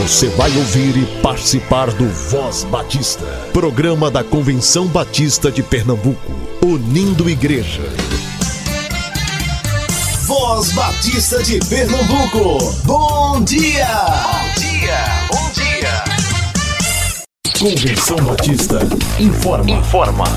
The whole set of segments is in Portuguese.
Você vai ouvir e participar do Voz Batista, programa da Convenção Batista de Pernambuco, unindo igreja. Voz Batista de Pernambuco, bom dia! Bom dia, bom dia! Convenção Batista informa.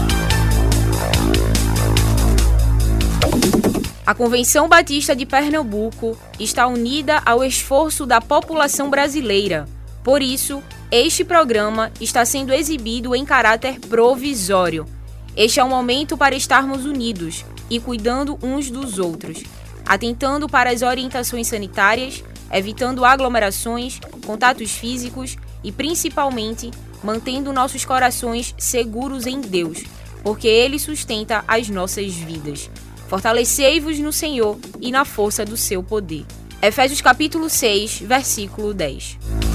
A Convenção Batista de Pernambuco está unida ao esforço da população brasileira. Por isso, este programa está sendo exibido em caráter provisório. Este é um momento para estarmos unidos e cuidando uns dos outros, atentando para as orientações sanitárias, evitando aglomerações, contatos físicos e, principalmente, mantendo nossos corações seguros em Deus, porque Ele sustenta as nossas vidas. Fortalecei-vos no Senhor e na força do seu poder. Efésios capítulo 6, versículo 10.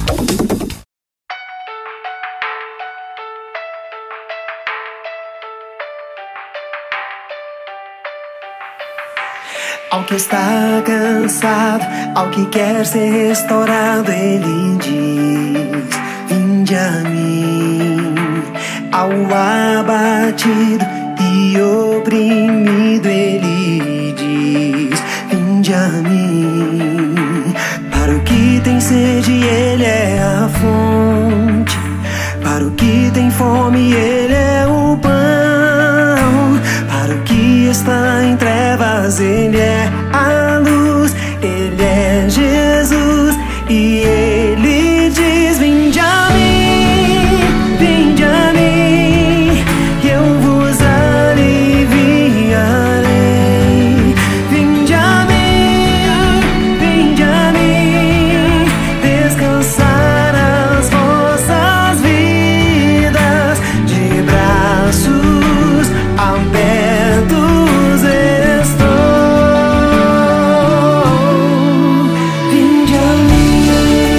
Ao que está cansado, ao que quer ser restaurado, Ele diz: vinde a mim. Ao abatido e oprimido, Ele diz: vinde a mim. Para o que tem sede, Ele é a fonte. Para o que tem fome, Ele é o pão. Para o que está em trevas, Ele é a luz. Ele é Jesus e Ele diz: vinde a mim, vinde a mim, que eu vos aliviarei. Vinde a mim, descansar as vossas vidas, de braços abertos estou. Vinde a mim.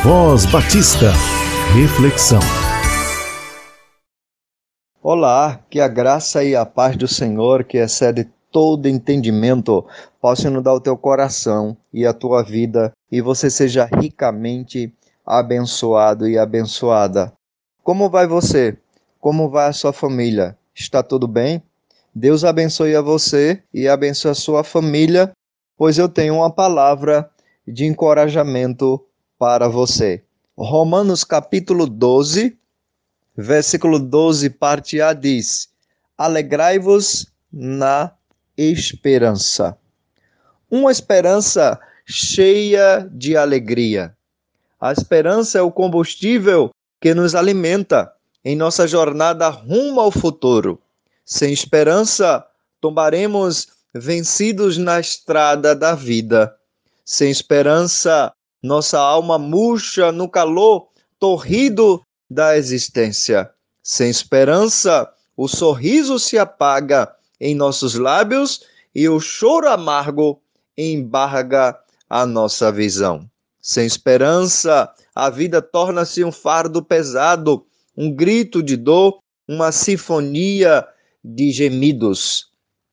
Voz Batista. Reflexão. Olá, que a graça e a paz do Senhor, que excede todo entendimento, possa inundar o teu coração e a tua vida, e você seja ricamente abençoado e abençoada. Como vai você? Como vai a sua família? Está tudo bem? Deus abençoe a você e abençoe a sua família, pois eu tenho uma palavra de encorajamento para você. Romanos capítulo 12, versículo 12, parte A diz: alegrai-vos na esperança. Uma esperança cheia de alegria. A esperança é o combustível que nos alimenta em nossa jornada rumo ao futuro. Sem esperança, tombaremos vencidos na estrada da vida. Sem esperança, nossa alma murcha no calor torrido da existência. Sem esperança, o sorriso se apaga em nossos lábios e o choro amargo embarga a nossa visão. Sem esperança, a vida torna-se um fardo pesado, um grito de dor, uma sinfonia de gemidos.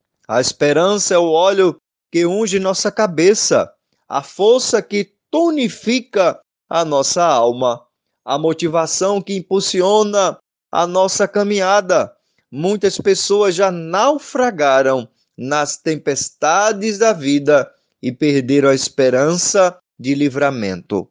A esperança é o óleo que unge nossa cabeça, a força que tonifica a nossa alma, a motivação que impulsiona a nossa caminhada. Muitas pessoas já naufragaram nas tempestades da vida e perderam a esperança de livramento.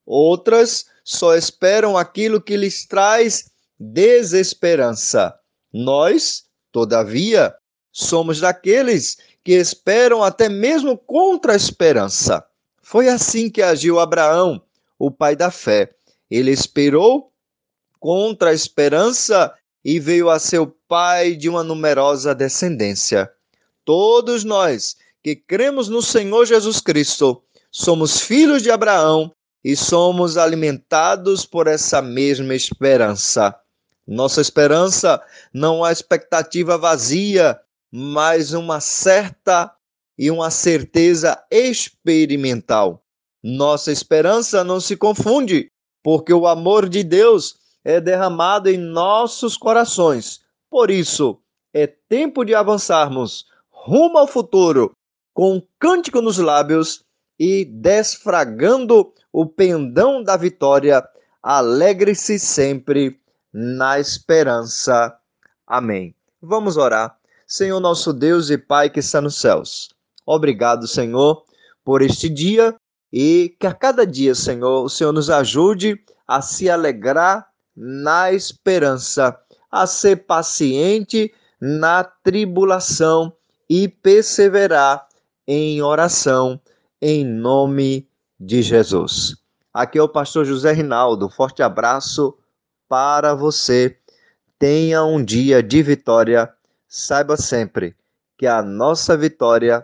Outras só esperam aquilo que lhes traz desesperança. Nós, todavia, somos daqueles que esperam até mesmo contra a esperança. Foi assim que agiu Abraão, o pai da fé. Ele esperou contra a esperança e veio a ser o pai de uma numerosa descendência. Todos nós que cremos no Senhor Jesus Cristo somos filhos de Abraão e somos alimentados por essa mesma esperança. Nossa esperança não é expectativa vazia, mas uma certa e uma certeza experimental. Nossa esperança não se confunde, porque o amor de Deus é derramado em nossos corações. Por isso, é tempo de avançarmos rumo ao futuro, com um cântico nos lábios e desfragando o pendão da vitória. Alegre-se sempre na esperança. Amém. Vamos orar. Senhor nosso Deus e Pai que está nos céus, obrigado, Senhor, por este dia e que a cada dia, Senhor, o Senhor nos ajude a se alegrar na esperança, a ser paciente na tribulação e perseverar em oração, em nome de Jesus. Aqui é o pastor José Rinaldo. Forte abraço para você. Tenha um dia de vitória. Saiba sempre que a nossa vitória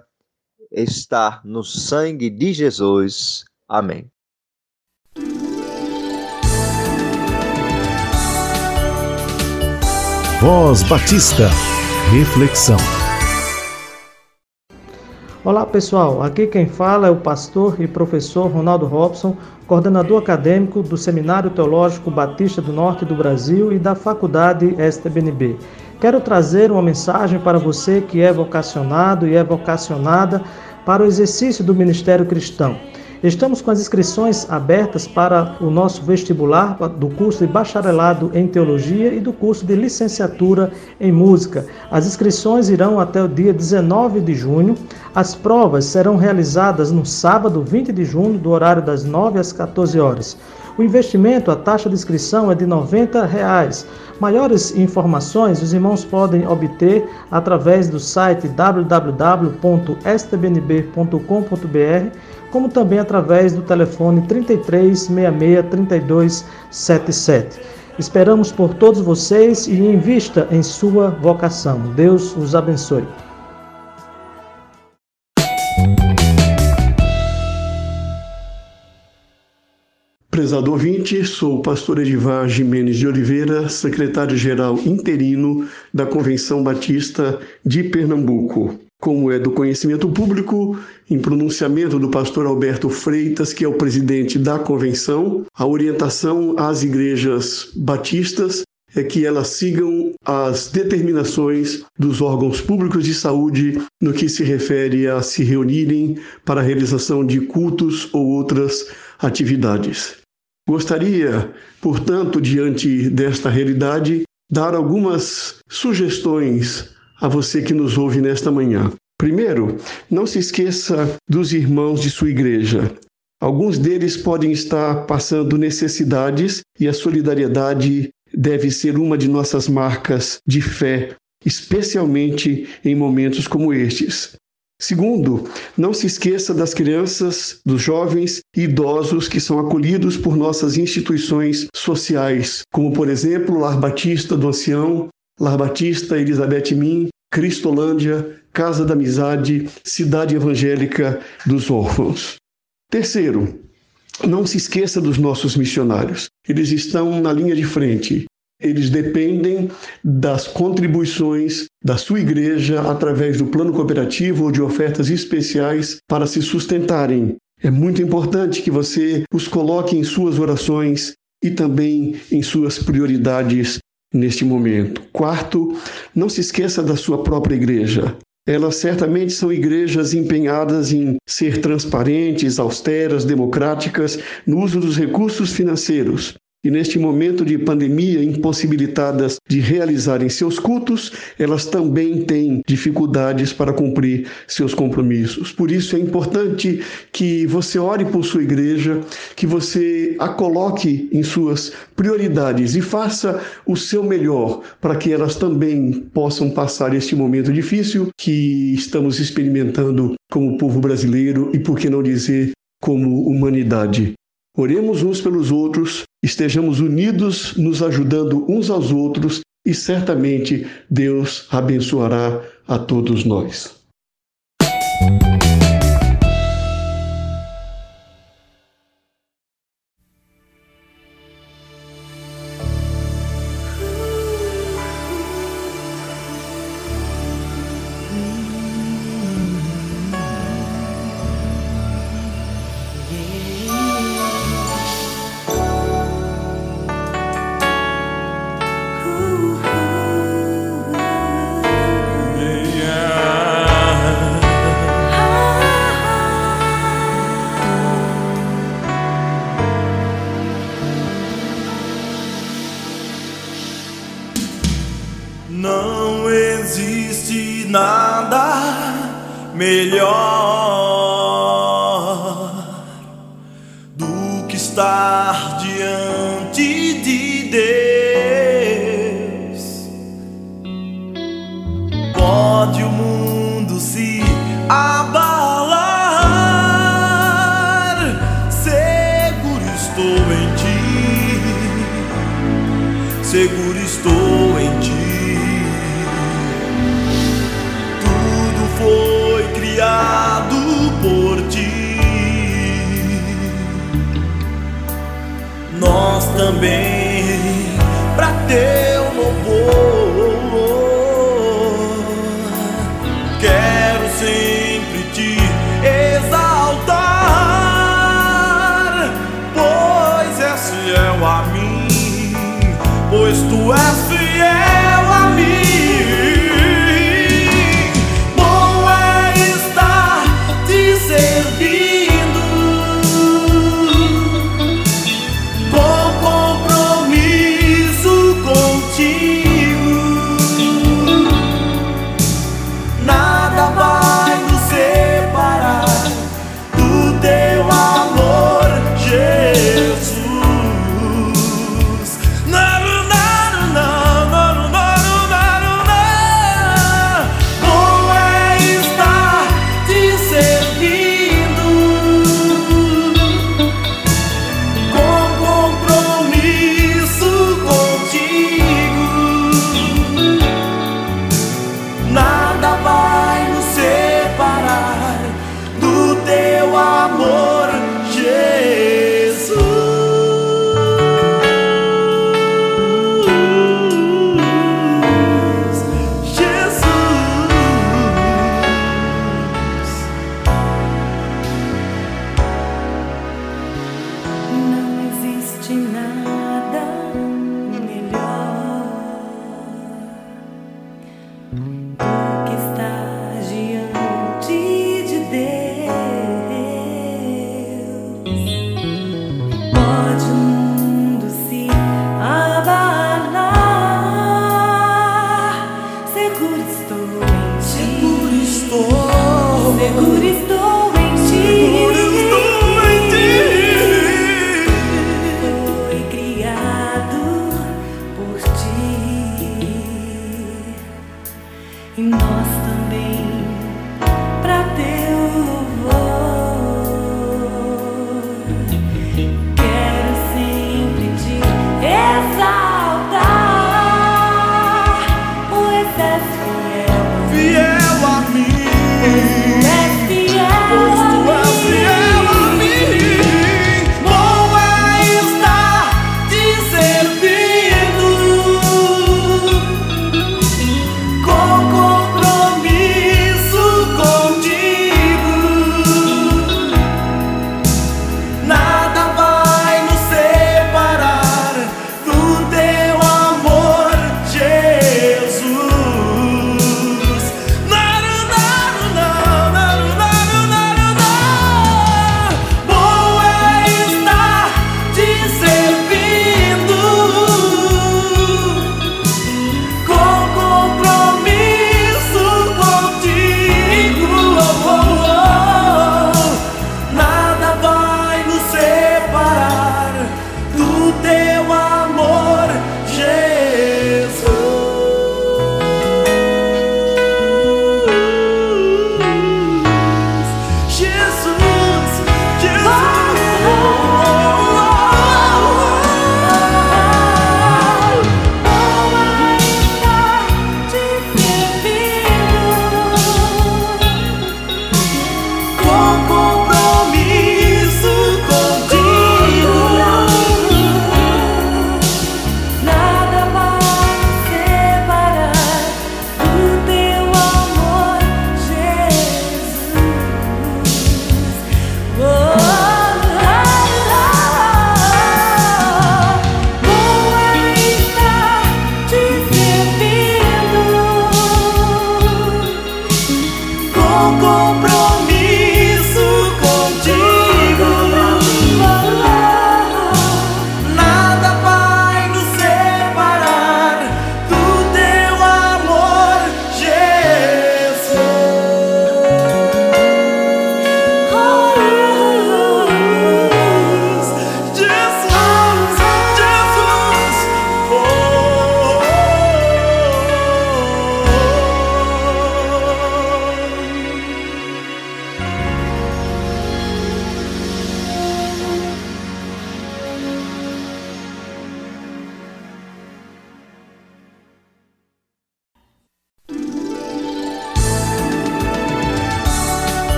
está no sangue de Jesus. Amém. Voz Batista. Reflexão. Olá pessoal, aqui quem fala é o pastor e professor Ronaldo Robson, coordenador acadêmico do Seminário Teológico Batista do Norte do Brasil e da Faculdade STBNB. Quero trazer uma mensagem para você que é vocacionado e é vocacionada para o exercício do ministério cristão. Estamos com as inscrições abertas para o nosso vestibular do curso de bacharelado em teologia e do curso de licenciatura em música. As inscrições irão até o dia 19 de junho. As provas serão realizadas no sábado 20 de junho, do horário das 9 às 14 horas. O investimento, a taxa de inscrição é de R$ 90. Maiores informações os irmãos podem obter através do site www.stbnb.com.br, como também através do telefone 3366-3277. Esperamos por todos vocês e invista em sua vocação. Deus os abençoe. Prezado ouvinte, sou o pastor Edivar Gimenez de Oliveira, secretário-geral interino da Convenção Batista de Pernambuco. como é do conhecimento público, em pronunciamento do pastor Alberto Freitas, que é o presidente da convenção, a orientação às igrejas batistas é que elas sigam as determinações dos órgãos públicos de saúde no que se refere a se reunirem para a realização de cultos ou outras atividades. Gostaria, portanto, diante desta realidade, dar algumas sugestões a você que nos ouve nesta manhã. Primeiro, não se esqueça dos irmãos de sua igreja. Alguns deles podem estar passando necessidades e a solidariedade deve ser uma de nossas marcas de fé, especialmente em momentos como estes. Segundo, não se esqueça das crianças, dos jovens e idosos que são acolhidos por nossas instituições sociais, como, por exemplo, Lar Batista do Ancião, Lar Batista Elizabeth Min, Cristolândia, Casa da Amizade, Cidade Evangélica dos Órfãos. Terceiro, não se esqueça dos nossos missionários. Eles estão na linha de frente. Eles dependem das contribuições da sua igreja através do plano cooperativo ou de ofertas especiais para se sustentarem. É muito importante que você os coloque em suas orações e também em suas prioridades neste momento. Quarto, não se esqueça da sua própria igreja. Elas certamente são igrejas empenhadas em ser transparentes, austeras, democráticas no uso dos recursos financeiros. E neste momento de pandemia, impossibilitadas de realizarem seus cultos, elas também têm dificuldades para cumprir seus compromissos. Por isso é importante que você ore por sua igreja, que você a coloque em suas prioridades e faça o seu melhor para que elas também possam passar este momento difícil que estamos experimentando como povo brasileiro e, por que não dizer, como humanidade. Oremos uns pelos outros, estejamos unidos, nos ajudando uns aos outros e certamente Deus abençoará a todos nós. Não existe nada melhor do que estar diante de Deus. Pode o mundo se abalar, seguro estou em ti, seguro estou em ti. Foi criado por ti. Nós também, pra teu louvor, quero sempre te exaltar, pois és fiel a mim, pois tu és fiel a mim. Servindo com compromisso contigo, nada vai nos separar do teu amor, Jesus. Não, não, não.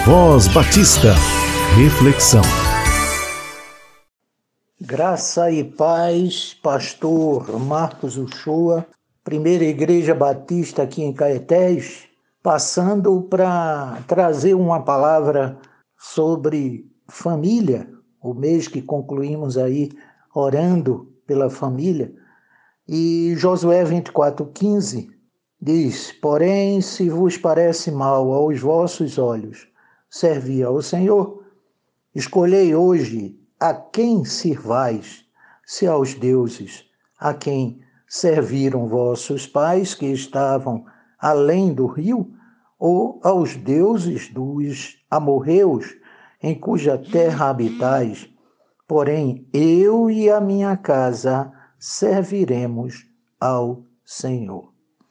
Voz Batista. Reflexão. Graça e paz, pastor Marcos Uchoa, Primeira Igreja Batista aqui em Caetés, passando para trazer uma palavra sobre família, o mês que concluímos aí orando pela família. E Josué 24:15 diz: porém, se vos parece mal aos vossos olhos servir ao Senhor, escolhei hoje a quem sirvais, se aos deuses a quem serviram vossos pais que estavam além do rio, ou aos deuses dos amorreus, em cuja terra habitais. Porém, eu e a minha casa serviremos ao Senhor.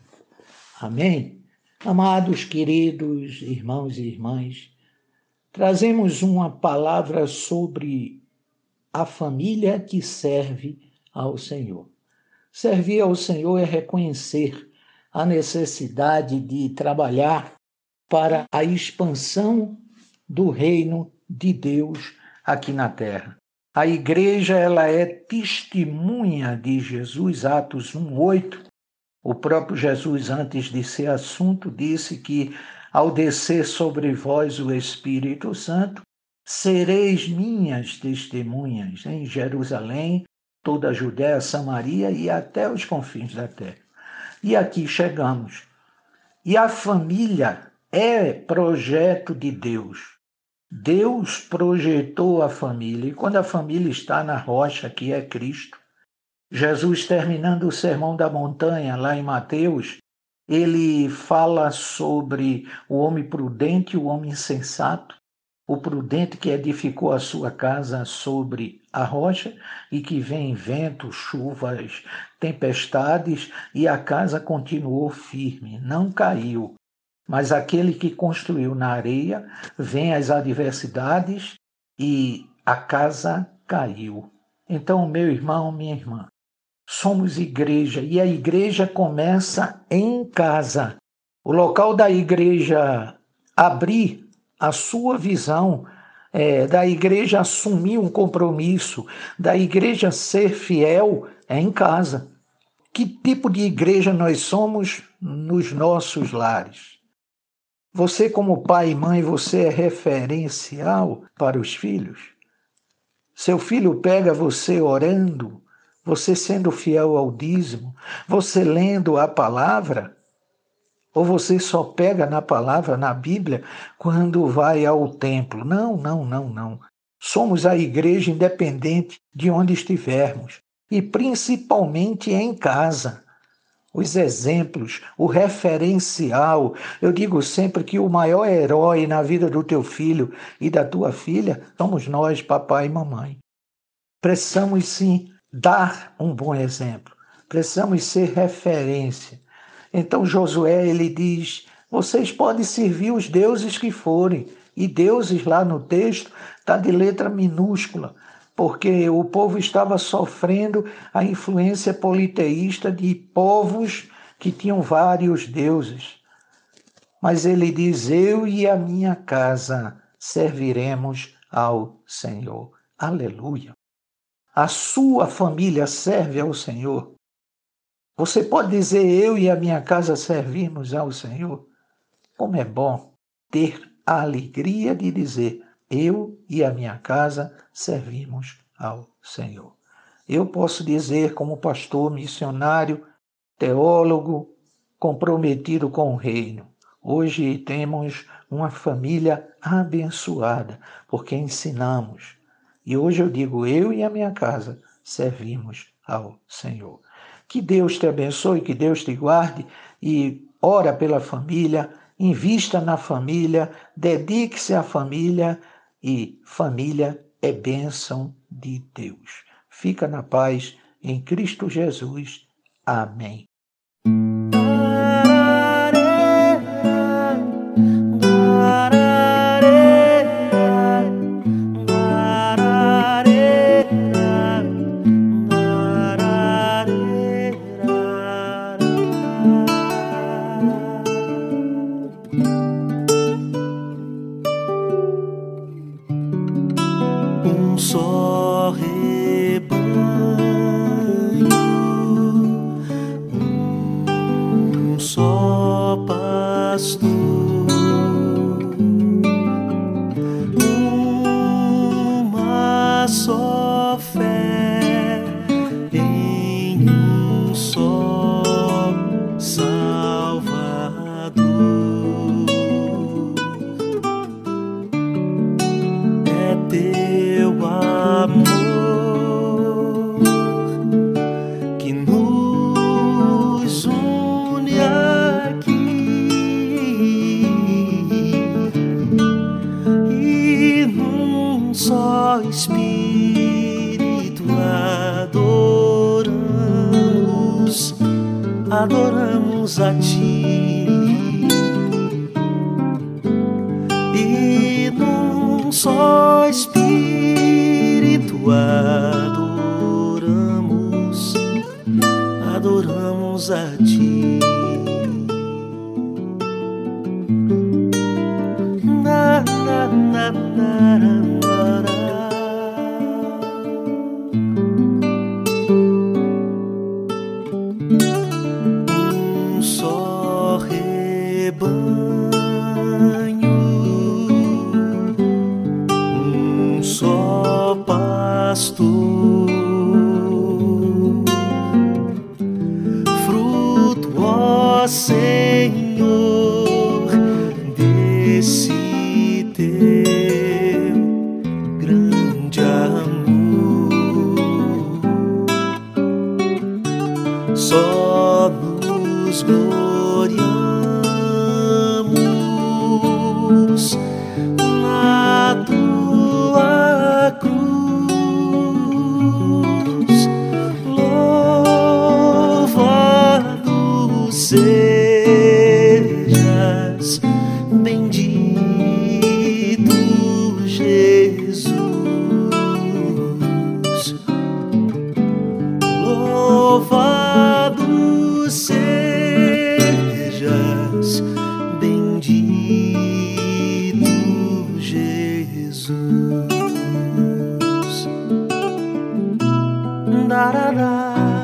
Amém? Amados, queridos irmãos e irmãs, trazemos uma palavra sobre a família que serve ao Senhor. Servir ao Senhor é reconhecer a necessidade de trabalhar para a expansão do reino de Deus aqui na terra. A igreja, ela é testemunha de Jesus, Atos 1:8. O próprio Jesus, antes de ser assunto, disse que ao descer sobre vós o Espírito Santo, sereis minhas testemunhas em Jerusalém, toda a Judéia, Samaria e até os confins da terra. E aqui chegamos. E a família é projeto de Deus. Deus projetou a família. E quando a família está na rocha, que é Cristo, Jesus, terminando o Sermão da Montanha, lá em Mateus, ele fala sobre o homem prudente e o homem insensato. O prudente que edificou a sua casa sobre a rocha e que vem ventos, chuvas, tempestades e a casa continuou firme, não caiu. Mas aquele que construiu na areia, vem as adversidades e a casa caiu. Então, meu irmão, minha irmã, somos igreja e a igreja começa em casa. O local da igreja abrir a sua visão, da igreja assumir um compromisso, da igreja ser fiel, é em casa. Que tipo de igreja nós somos nos nossos lares? Você, como pai e mãe, você é referencial para os filhos? Seu filho pega você orando, você sendo fiel ao dízimo, você lendo a palavra? Ou você só pega na palavra, na Bíblia, quando vai ao templo? Não. Somos a igreja independente de onde estivermos. E principalmente em casa. Os exemplos, o referencial. Eu digo sempre que o maior herói na vida do teu filho e da tua filha somos nós, papai e mamãe. Precisamos sim dar um bom exemplo. Precisamos ser referência. Então Josué, ele diz, vocês podem servir os deuses que forem. E deuses lá no texto está de letra minúscula, porque o povo estava sofrendo a influência politeísta de povos que tinham vários deuses. Mas ele diz, eu e a minha casa serviremos ao Senhor. Aleluia! A sua família serve ao Senhor. Você pode dizer, eu e a minha casa servimos ao Senhor? Como é bom ter a alegria de dizer, eu e a minha casa servimos ao Senhor. Eu posso dizer, como pastor, missionário, teólogo, comprometido com o reino. Hoje temos uma família abençoada, porque ensinamos. E hoje eu digo, eu e a minha casa servimos ao Senhor. Que Deus te abençoe, que Deus te guarde e ora pela família, invista na família, dedique-se à família e família é bênção de Deus. Fica na paz em Cristo Jesus. Amém. só rebanho, um só pastor, uma só fé em um só Salvador. É teu amor que nos une aqui e num só Espírito adoramos a Ti, e num só Espírito adoramos a Ti. Na, na, na, na, na. Fruto, ó Senhor, desse teu grande amor, só nos gloriamos na tua cruz. Sejas bendito, Jesus. Louvado sejas bendito, Jesus. Darará.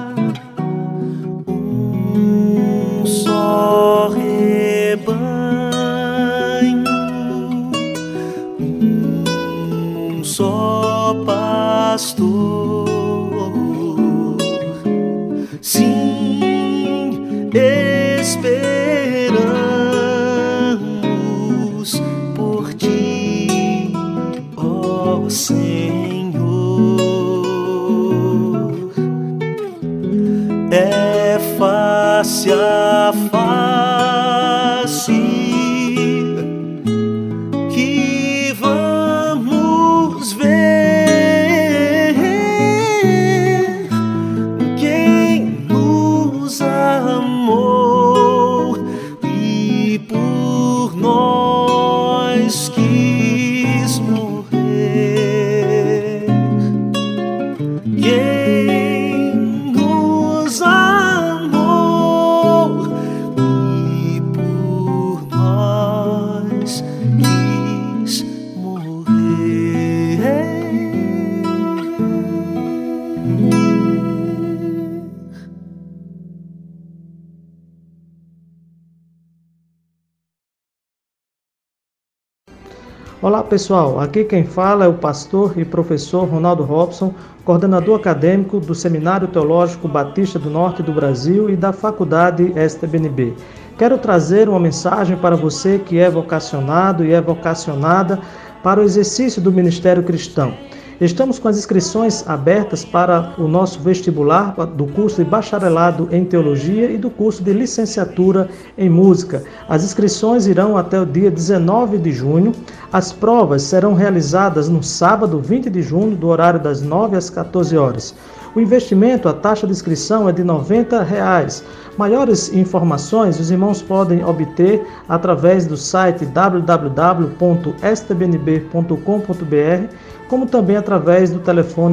Sim, esperamos por Ti, ó Senhor. É face a face que vamos ver amor e por nós quis morrer. Quem nos amou e por nós quis morrer. Olá pessoal, aqui quem fala é o pastor e professor Ronaldo Robson, coordenador acadêmico do Seminário Teológico Batista do Norte do Brasil e da Faculdade STBNB. Quero trazer uma mensagem para você que é vocacionado e é vocacionada para o exercício do ministério cristão. Estamos com as inscrições abertas para o nosso vestibular do curso de bacharelado em teologia e do curso de licenciatura em música. As inscrições irão até o dia 19 de junho. As provas serão realizadas no sábado 20 de junho, do horário das 9 às 14 horas. O investimento, a taxa de inscrição é de R$ 90. Maiores informações os irmãos podem obter através do site www.stbnb.com.br, como também através do telefone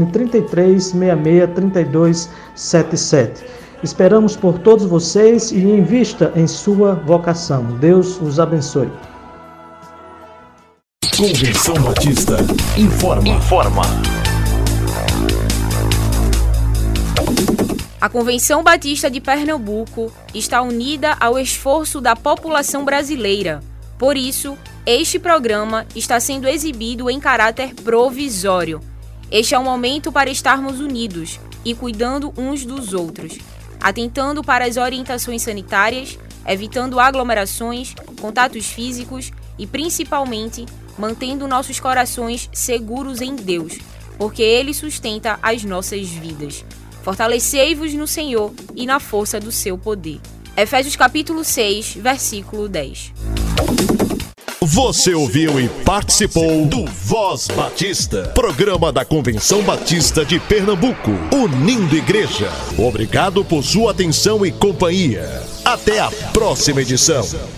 3366-3277. Esperamos por todos vocês e invista em sua vocação. Deus os abençoe. Convenção Batista informa. A Convenção Batista de Pernambuco está unida ao esforço da população brasileira. Por isso, este programa está sendo exibido em caráter provisório. Este é o momento para estarmos unidos e cuidando uns dos outros, atentando para as orientações sanitárias, evitando aglomerações, contatos físicos e, principalmente, mantendo nossos corações seguros em Deus, porque Ele sustenta as nossas vidas. Fortalecei-vos no Senhor e na força do seu poder. Efésios capítulo 6, versículo 10. Você ouviu e participou do Voz Batista, programa da Convenção Batista de Pernambuco, unindo igreja. Obrigado por sua atenção e companhia. Até a próxima edição.